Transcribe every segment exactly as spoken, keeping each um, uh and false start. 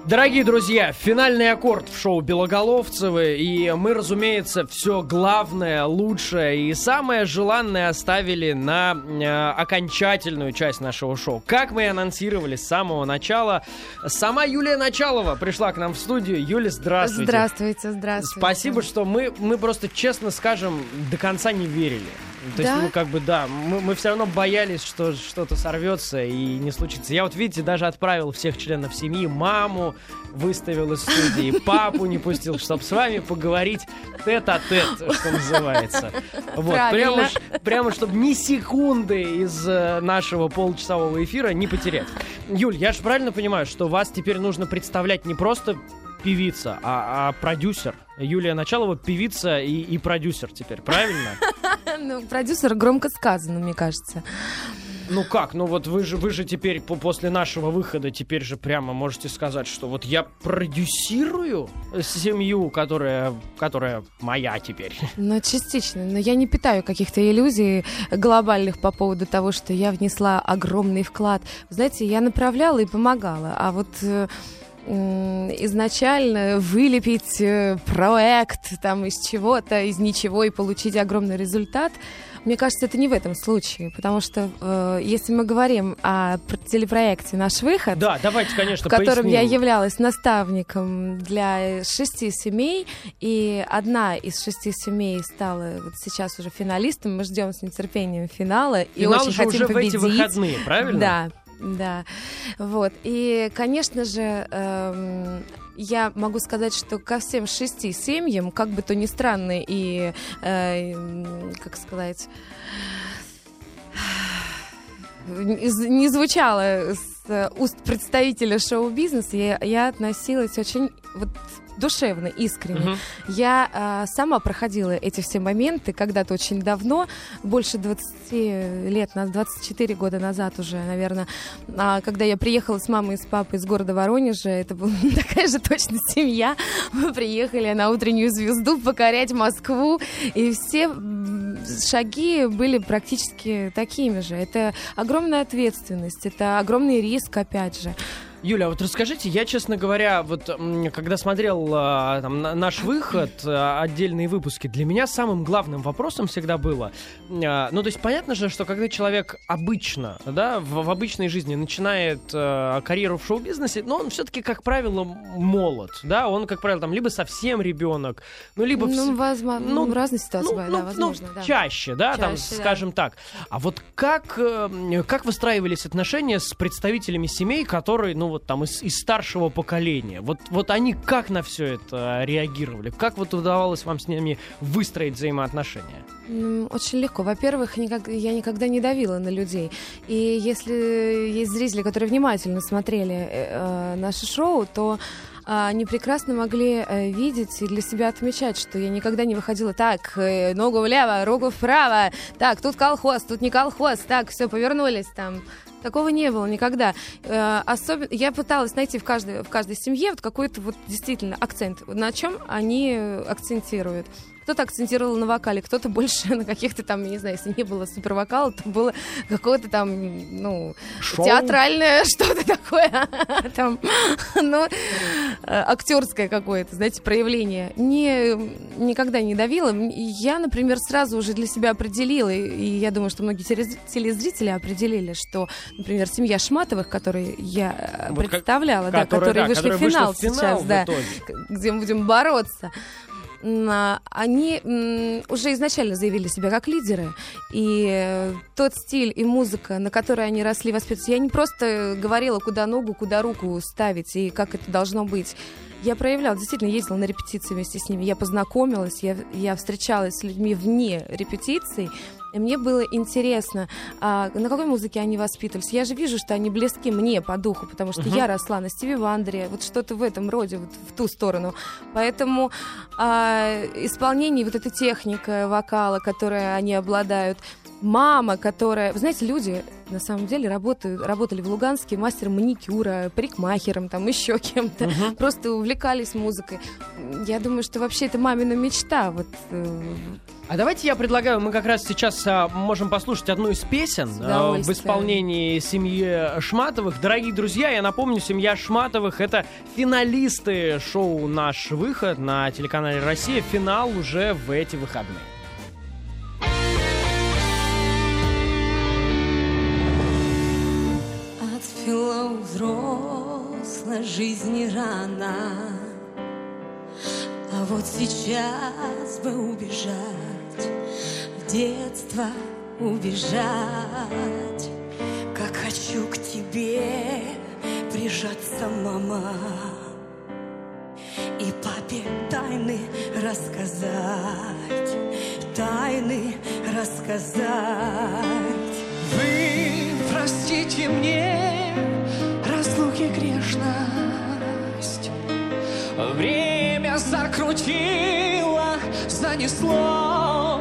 Дорогие друзья, финальный аккорд в шоу Белоголовцевы, и мы, разумеется, все главное, лучшее и самое желанное оставили на э, окончательную часть нашего шоу. Как мы и анонсировали с самого начала, сама Юлия Началова пришла к нам в студию. Юля, здравствуйте. Здравствуйте, здравствуйте. Спасибо, что мы, мы просто, честно скажем, до конца не верили. То да? есть, ну, как бы, да, мы, мы все равно боялись, что что-то сорвется и не случится. Я вот, видите, даже отправил всех членов семьи, маму выставил из студии, папу не пустил, чтобы с вами поговорить тет-а-тет, что называется. Вот, прямо, прямо, чтобы ни секунды из нашего получасового эфира не потерять. Юль, я же правильно понимаю, что вас теперь нужно представлять не просто певица, а, а продюсер. Юлия Началова певица и, и продюсер теперь, правильно? Ну, продюсер громко сказано, мне кажется. Ну как? Ну вот вы же, вы же теперь после нашего выхода теперь же прямо можете сказать, что вот я продюсирую семью, которая, которая моя теперь. Ну, частично. Но я не питаю каких-то иллюзий глобальных по поводу того, что я внесла огромный вклад. Знаете, я направляла и помогала, а вот изначально вылепить проект там из чего-то, из ничего и получить огромный результат, мне кажется, это не в этом случае, потому что э, если мы говорим о телепроекте «Наш выход», да, давайте, конечно, в котором поясним. Я являлась наставником для шести семей, и одна из шести семей стала вот сейчас уже финалистом, мы ждем с нетерпением финала. Финал и очень же хотим уже победить. В эти выходные, правильно? Да. Да, вот, и, конечно же, эм, я могу сказать, что ко всем шести семьям, как бы то ни странно и, э, как сказать, не звучало с уст представителя шоу-бизнеса, я, я относилась очень вот душевно, искренне. Uh-huh. Я а, сама проходила эти все моменты когда-то очень давно, больше двадцати лет, двадцать четыре года назад уже, наверное, а, когда я приехала с мамой и с папой из города Воронежа, это была такая же точно семья. Мы приехали на утреннюю звезду покорять Москву, и все шаги были практически такими же. Это огромная ответственность, это огромный риск, опять же. Юля, вот расскажите, я, честно говоря, вот когда смотрел а, там, наш выход, а, отдельные выпуски, для меня самым главным вопросом всегда было, а, ну, то есть понятно же, что когда человек обычно, да, в, в обычной жизни начинает а, карьеру в шоу-бизнесе, но он все-таки, как правило, молод, да, он, как правило, там, либо совсем ребенок, ну, либо... Ну, в... возможно, ну, в разной ситуации, ну, да, ну, возможно, ну, да. чаще, да, чаще, там, да. скажем так. А вот как, как выстраивались отношения с представителями семей, которые, ну, вот там из, из старшего поколения. Вот, вот они как на все это реагировали? Как вот удавалось вам с ними выстроить взаимоотношения? Очень легко. Во-первых, никак, я никогда не давила на людей. И если есть зрители, которые внимательно смотрели э, наше шоу, то они прекрасно могли э, видеть и для себя отмечать, что я никогда не выходила так, э, ногу влево, руку вправо, так, тут колхоз, тут не колхоз, так, все, повернулись там. Такого не было никогда. Э, особенно, я пыталась найти в каждой, в каждой семье вот какой-то вот действительно акцент, на чем они акцентируют. Кто-то акцентировал на вокале, кто-то больше на каких-то там, я не знаю, если не было супервокала, то было какое-то там, ну, шоу? Театральное что-то такое, там, ну, актерское какое-то, знаете, проявление. Не, никогда не давила. Я, например, сразу уже для себя определила, и я думаю, что многие телезрители определили, что, например, семья Шматовых, которую я вот представляла, как, да, которые, да, вышли в финал сейчас, да, где мы будем бороться, они уже изначально заявили себя как лидеры, и тот стиль и музыка, на которой они росли, воспитывались, я не просто говорила, куда ногу, куда руку ставить и как это должно быть. Я проявляла, действительно ездила на репетиции вместе с ними, я познакомилась, я, я встречалась с людьми вне репетиций, и мне было интересно, а, на какой музыке они воспитывались. Я же вижу, что они близки мне по духу, потому что uh-huh. я росла на Стиви Вандере, вот что-то в этом роде, вот в ту сторону. Поэтому а, исполнение, вот эта техника вокала, которой они обладают, мама, которая... Вы знаете, люди на самом деле работают, работали в Луганске мастером маникюра, парикмахером, там еще кем-то. Uh-huh. Просто увлекались музыкой. Я думаю, что вообще это мамина мечта. Вот... А давайте я предлагаю, мы как раз сейчас а, можем послушать одну из песен а, в исполнении семьи Шматовых. Дорогие друзья, я напомню, семья Шматовых — это финалисты шоу «Наш выход» на телеканале «Россия». Финал уже в эти выходные. Отфила у взрослой жизни рано, а вот сейчас бы убежать, в детство убежать. Как хочу к тебе прижаться, мама, и папе тайны рассказать, тайны рассказать. Вы простите мне разлуки грешность, время закрутило, занесло.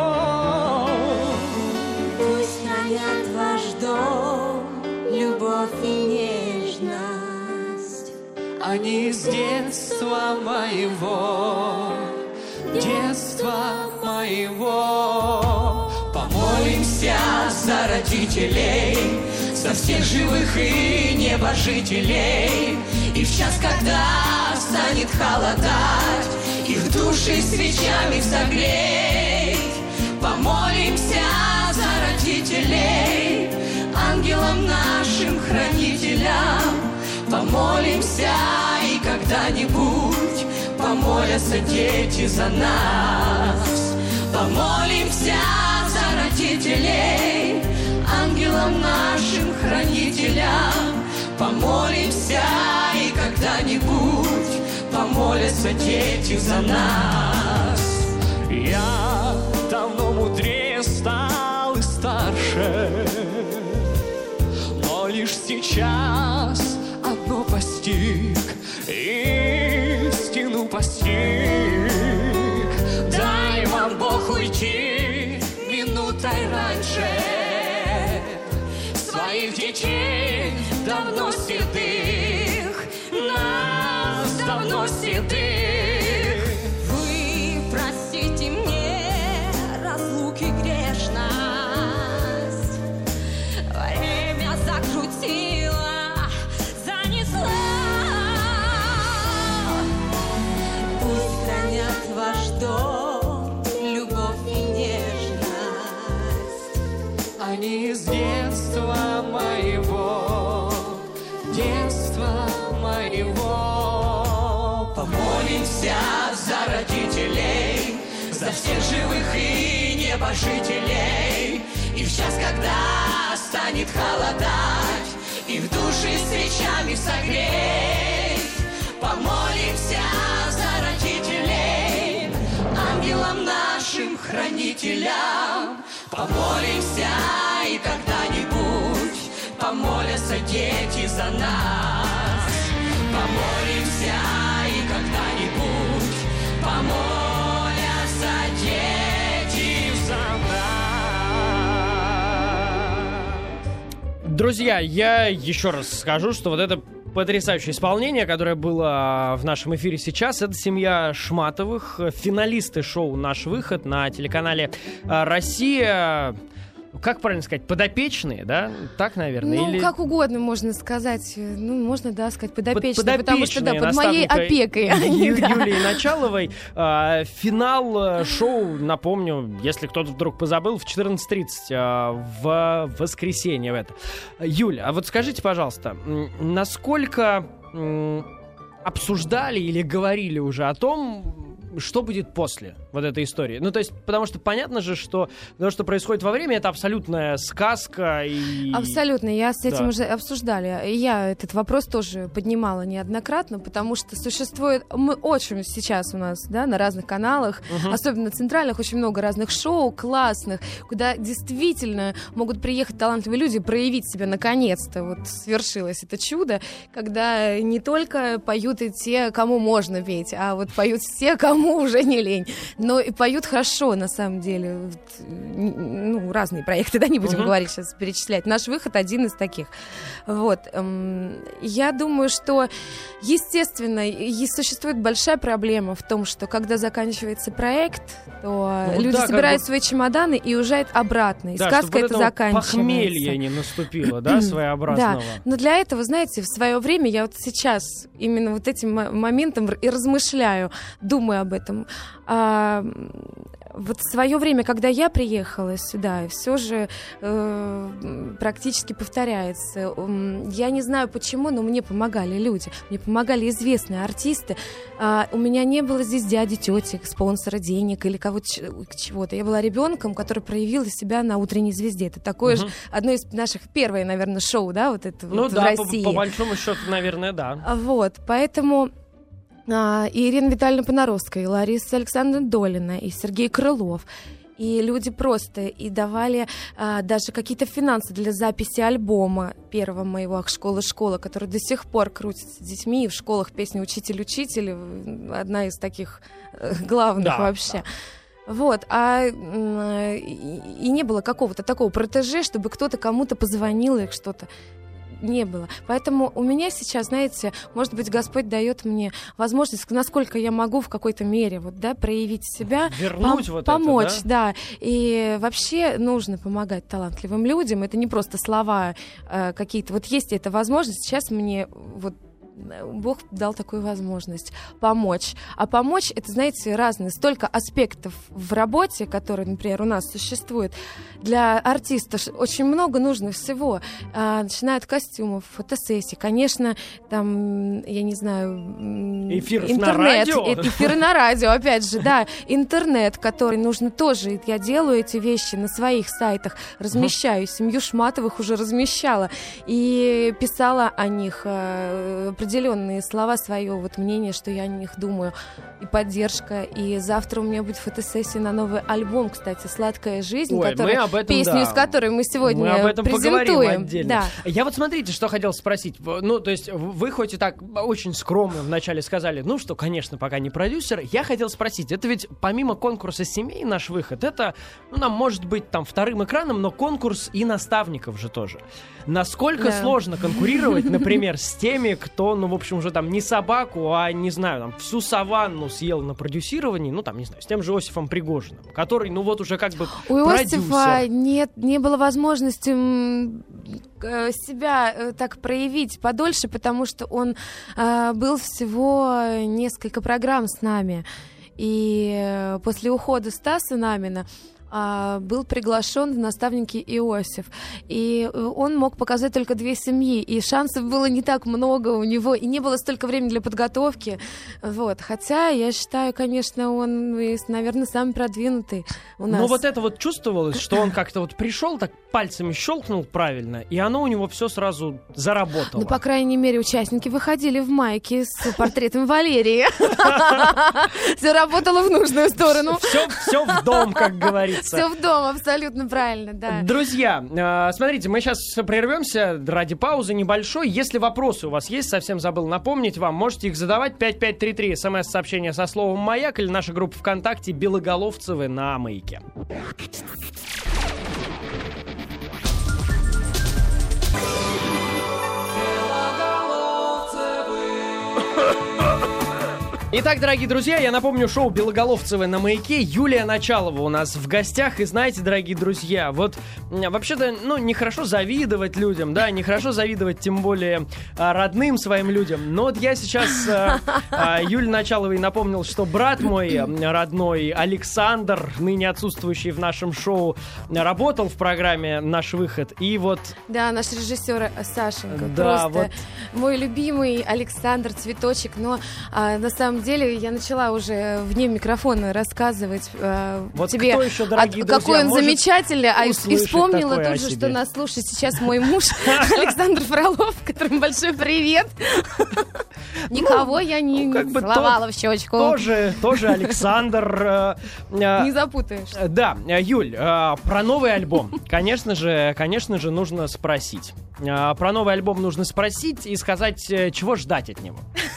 Пусть хранят ваш дом любовь и нежность, они с детства моего, детства моего. Помолимся за родителей, за всех живых и небожителей, и в час, когда станет холодать, их души свечами согреть. Помолимся за родителей, ангелам нашим хранителям. Помолимся, и когда-нибудь помолятся дети за нас. Помолимся за родителей, ангелам нашим хранителям. Помолимся, и когда-нибудь помолятся дети за нас. Я давно мудрее стал и старше, но лишь сейчас одно постиг, истину постиг. Дай вам Бог уйти минутой раньше, своих детей давно седых, нас давно седых. Вы простите мне разлуки грешность, время закрутило, занесло. Пусть хранят ваш дом любовь и нежность, они с детства моего, детства моего. Помолимся за родителей, за всех живых и небожителей, и в час, когда станет холодать, их души свечами согреть. Помолимся за родителей, ангелам нашим хранителям. Помолимся, и когда-нибудь помолятся дети за нас. Помолимся, и когда-нибудь помолятся дети за нас. Друзья, я еще раз скажу, что вот это потрясающее исполнение, которое было в нашем эфире сейчас, это семья Шматовых, финалисты шоу «Наш выход» на телеканале «Россия». Как правильно сказать? Подопечные, да? Так, наверное? Ну, Или... как угодно можно сказать. Ну, можно, да, сказать подопечные, Под, потому что, да, под моей опекой. Ю- да. Юлии Началовой. А, финал шоу, напомню, если кто-то вдруг позабыл, в четырнадцать тридцать а, в воскресенье в это. Юля, а вот скажите, пожалуйста, насколько м, обсуждали или говорили уже о том, что будет после вот этой истории? Ну, то есть, потому что понятно же, что то, что происходит во время, это абсолютная сказка. И... Абсолютно, я с этим да. уже обсуждали. И я этот вопрос тоже поднимала неоднократно, потому что существует... Мы очень сейчас у нас, да, на разных каналах, uh-huh. особенно центральных, очень много разных шоу классных, куда действительно могут приехать талантливые люди, проявить себя наконец-то. Вот свершилось это чудо, когда не только поют и те, кому можно петь, а вот поют все, кому ему уже не лень. Но и поют хорошо, на самом деле. Ну, разные проекты, да, не будем uh-huh. говорить сейчас, перечислять. Наш выход один из таких. Вот. Я думаю, что, естественно, и существует большая проблема в том, что когда заканчивается проект, то ну, люди да, собирают бы... свои чемоданы и уезжают обратно. И да, сказка это заканчивается. Похмелье не наступило, да, своеобразного. Да, но для этого, знаете, в свое время я вот сейчас именно вот этим моментом и размышляю, думаю об этом. А, вот в свое время, когда я приехала сюда, все же э, практически повторяется. Я не знаю почему, но мне помогали люди, мне помогали известные артисты. А, у меня не было здесь дяди, тети, спонсора, денег или кого-то чего-то. Я была ребенком, который проявил себя на «Утренней звезде». Это такое угу. же одно из наших первое, наверное, шоу, да, вот это ну вот да, в России. По, по большому счету, наверное, да. Вот, поэтому а, и Ирина Витальевна Понаросская, и Лариса Александровна Долина, и Сергей Крылов. И люди просто и давали а, даже какие-то финансы для записи альбома первого моего «Школа-школа», который до сих пор крутится с детьми, и в школах песня «Учитель-учитель» одна из таких э, главных да, вообще. Да. Вот, а э, и не было какого-то такого протеже, чтобы кто-то кому-то позвонил или что-то. Не было. Поэтому у меня сейчас, знаете, может быть, Господь дает мне возможность, насколько я могу в какой-то мере вот, да, проявить себя, вернуть пом- вот помочь, это, да? да. И вообще нужно помогать талантливым людям. Это не просто слова э, какие-то. Вот есть эта возможность. Сейчас мне вот Бог дал такую возможность помочь. А помочь, это, знаете, разные. Столько аспектов в работе, которые, например, у нас существуют. Для артиста очень много нужно всего. А, начиная от костюмов, фотосессий. Конечно, там, я не знаю... Эфир интернет, на радио? Эфиры на радио, опять же, да. Интернет, который нужно тоже. Я делаю эти вещи на своих сайтах, размещаю. Семью Шматовых уже размещала. И писала о них определенные слова, свое вот мнение, что я о них думаю, и поддержка. И завтра у меня будет фотосессия на новый альбом, кстати, «Сладкая жизнь», Ой, который, этом, песню да. из которой мы сегодня мы об этом презентуем. Отдельно. Да. Я вот смотрите, что хотел спросить. Ну, то есть вы хоть и так очень скромно вначале сказали, ну, что, конечно, пока не продюсер. Я хотел спросить, это ведь помимо конкурса семей наш выход, это, ну, нам может быть там вторым экраном, но конкурс и наставников же тоже. Насколько да. сложно конкурировать, например, с теми, кто, ну, в общем, уже там не собаку, а, не знаю, там, всю саванну съел на продюсировании, ну, там, не знаю, с тем же Осипом Пригожиным, который, ну, вот уже как бы У продюсер. Иосифа нет, не было возможности себя так проявить подольше, потому что он э, был всего несколько программ с нами. И после ухода Стаса Намина был приглашен в наставники Иосиф. И он мог показать только две семьи. И шансов было не так много у него. И не было столько времени для подготовки. Вот. Хотя, я считаю, конечно, он, наверное, самый продвинутый у нас. Но вот это вот чувствовалось, что он как-то вот пришел, так пальцами щелкнул правильно, и оно у него все сразу заработало. Ну, по крайней мере, участники выходили в майке с портретом Валерии. Все работало в нужную сторону. Все в дом, как говорится. Все в дом, абсолютно правильно, да. Друзья, смотрите, мы сейчас прервемся ради паузы небольшой. Если вопросы у вас есть, совсем забыл напомнить вам, можете их задавать. пять пять три три, смс-сообщение со словом «Маяк» или наша группа ВКонтакте «Белоголовцевы» на Маяке. Итак, дорогие друзья, я напомню, шоу «Белоголовцевы» на Маяке. Юлия Началова у нас в гостях. И знаете, дорогие друзья, вот вообще-то, ну, нехорошо завидовать людям, да, нехорошо завидовать, тем более родным своим людям. Но вот я сейчас а, а, Юлии Началовой напомнил, что брат мой родной Александр, ныне отсутствующий в нашем шоу, работал в программе «Наш выход». И вот... Да, наш режиссер Сашенька. Да, просто вот... мой любимый Александр Цветочек. Но а, на самом деле я начала уже вне микрофона рассказывать э, вот тебе, кто еще, дорогие от, друзья, какой он замечательный, а и вспомнила тут же, себе. что нас слушает сейчас мой муж Александр Фролов, которому большой привет. Никого я не целовала в щечку. Тоже Александр. Не запутаешь. Да, Юль, про новый альбом, конечно же, конечно же, нужно спросить. Про новый альбом нужно спросить и сказать, чего ждать от него.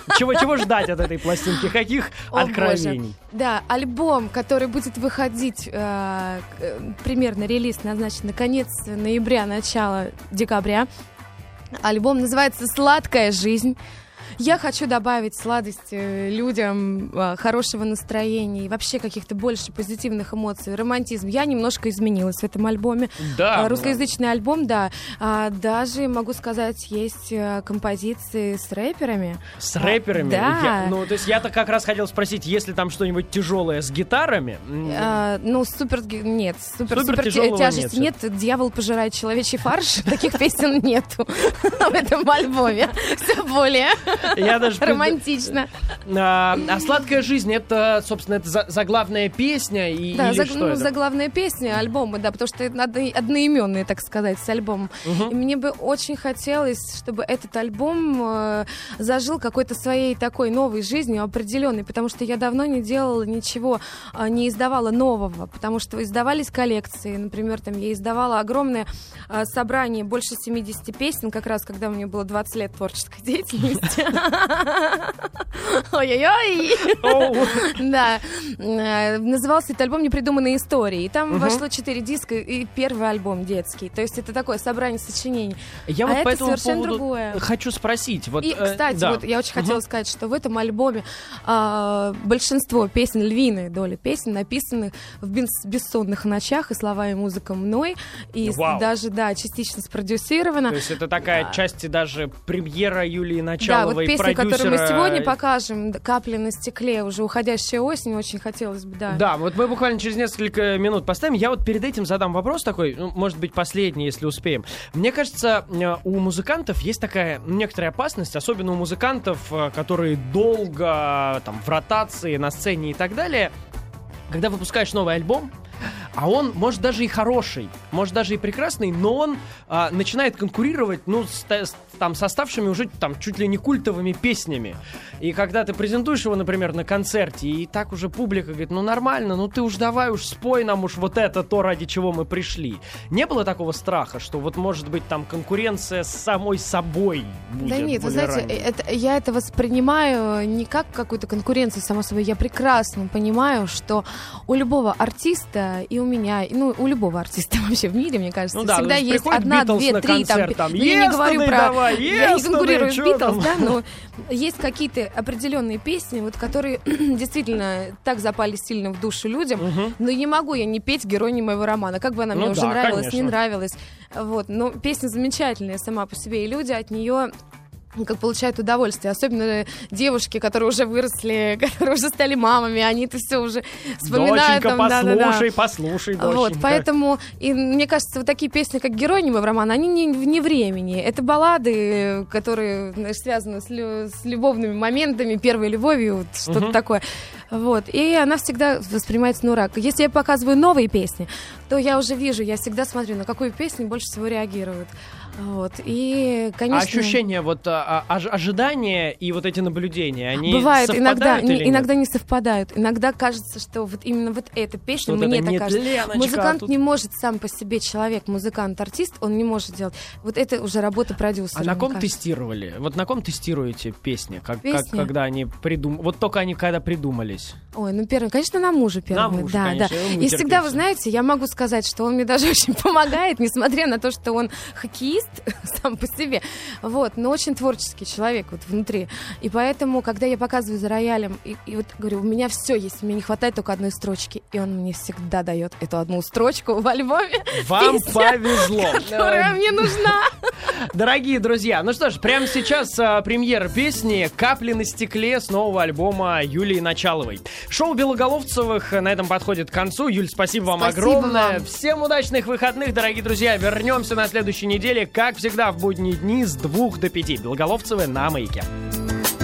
Чего, чего ждать от этой пластинки? Каких О, откровений? Боже. Да, альбом, который будет выходить, э, примерно релиз назначен на конец ноября, начало декабря. Альбом называется «Сладкая жизнь». Я хочу добавить сладости людям, хорошего настроения и вообще каких-то больше позитивных эмоций, романтизм. Я немножко изменилась в этом альбоме. Да. Русскоязычный альбом, да. Даже, могу сказать, есть композиции с рэперами. С рэперами? Да. Я, ну, то есть я-то как раз хотел спросить, есть ли там что-нибудь тяжелое с гитарами? А, ну, супер... Нет. Супер, супер, супер супер тяжести нет. нет. «Дьявол пожирает человечий фарш». Таких песен нету в этом альбоме. Все более... Я даже романтично. А, а «Сладкая жизнь» — это, собственно, это за, заглавная песня и, да, или за, что ну, это? заглавная песня альбома, да, потому что это одно, одноименные, так сказать, с альбомом. Угу. И мне бы очень хотелось, чтобы этот альбом э, зажил какой-то своей такой новой жизнью определенной, потому что я давно не делала ничего, э, не издавала нового, потому что издавались коллекции, например, там я издавала огромное э, собрание, больше семидесяти песен, как раз когда мне было двадцать лет творческой деятельности. Ой-ой-ой! Да. Назывался этот альбом «Непридуманные истории». И там вошло четыре диска и первый альбом детский. То есть это такое собрание сочинений. Я а вот это по этому совершенно поводу другое. хочу спросить. Вот, и, кстати, э, да. вот я очень хотела сказать, что в этом альбоме э, большинство песен, львиная доля песен, написаны в бес- бессонных ночах, и слова и музыка мной. И Вау. даже, да, частично спродюсировано. То есть это такая да. часть даже премьера Юлии Да, Началовой, вот песня, продюсера. которую мы сегодня покажем, «Капли на стекле», уже уходящая осень, очень хотелось бы, да. Да, вот мы буквально через несколько минут поставим. Я вот перед этим задам вопрос такой, ну, может быть, последний, если успеем. Мне кажется, у музыкантов есть такая некоторая опасность, особенно у музыкантов, которые долго там в ротации, на сцене и так далее. Когда выпускаешь новый альбом, а он, может, даже и хороший, может, даже и прекрасный, но он а, начинает конкурировать, ну, с, с, там, с оставшими уже там чуть ли не культовыми песнями. И когда ты презентуешь его, например, на концерте, и так уже публика говорит, ну, нормально, ну, ты уж давай уж спой нам уж вот это то, ради чего мы пришли. Не было такого страха, что вот, может быть, там конкуренция с самой собой будет? Да нет, вы более знаете, ранней? это, я это воспринимаю не как какую-то конкуренцию, само собой. Я прекрасно понимаю, что у любого артиста, и у меня, ну, у любого артиста вообще в мире, мне кажется, Ну да, всегда ну, есть приходит одна, Beatles две, на три, концерт, там, там, ну, я не говорю «Yesterday про... давай, я не yesterday», конкурирую с чё Beatles, там? да, но есть какие-то определенные песни, вот, которые действительно так запали сильно в душу людям, Мгм. но не могу я не петь «Героиня моего романа», как бы она Ну мне уже да, нравилась, конечно. не нравилась, вот, но песня замечательная сама по себе, и люди от нее как получают удовольствие, особенно девушки, которые уже выросли, которые уже стали мамами, они это все уже вспоминают. Доченька, там, послушай, да-да-да. послушай, доченька. Вот, поэтому, и мне кажется, вот такие песни, как «Героиня моего романа», они не вне времени. Это баллады, которые, знаешь, связаны с, лю- с любовными моментами, первой любовью, вот, что-то Мгм. такое. Вот, и она всегда воспринимается на ура. Если я показываю новые песни, то я уже вижу, я всегда смотрю, на какую песню больше всего реагируют. Вот, и, конечно... А ощущения, вот а, а, ож- ожидания и вот эти наблюдения, они Бывает, совпадают иногда, или не, нет? иногда не совпадают. Иногда кажется, что вот именно вот эта песня, Что вот мне это так не кажется. Леночка, Музыкант а тут- не может сам по себе, человек, музыкант, артист, он не может делать. Вот это уже работа продюсера. А на мне ком кажется. тестировали? Вот на ком тестируете песни? Как, как- Песни? когда они придум... Вот только они когда придумались. Ой, ну первый, конечно, на мужа первый. мужа, да, конечно, да. его И всегда, вы вытерпелся. знаете, я могу сказать, что он мне даже очень помогает, несмотря на то, что он хоккеист сам по себе. Вот, но очень творческий человек вот внутри. И поэтому, когда я показываю за роялем, и, и вот говорю, у меня все есть, мне не хватает только одной строчки, и он мне всегда дает эту одну строчку в альбоме. Вам Песня, повезло. которая мне нужна. Дорогие друзья, ну что ж, прямо сейчас а, премьера песни «Капли на стекле» с нового альбома Юлии Началовой. Шоу Белоголовцевых на этом подходит к концу. Юль, спасибо вам Спасибо огромное. вам. Всем удачных выходных, дорогие друзья. Вернемся на следующей неделе, как всегда, в будние дни с двух до пяти. Белоголовцевы на Маяке.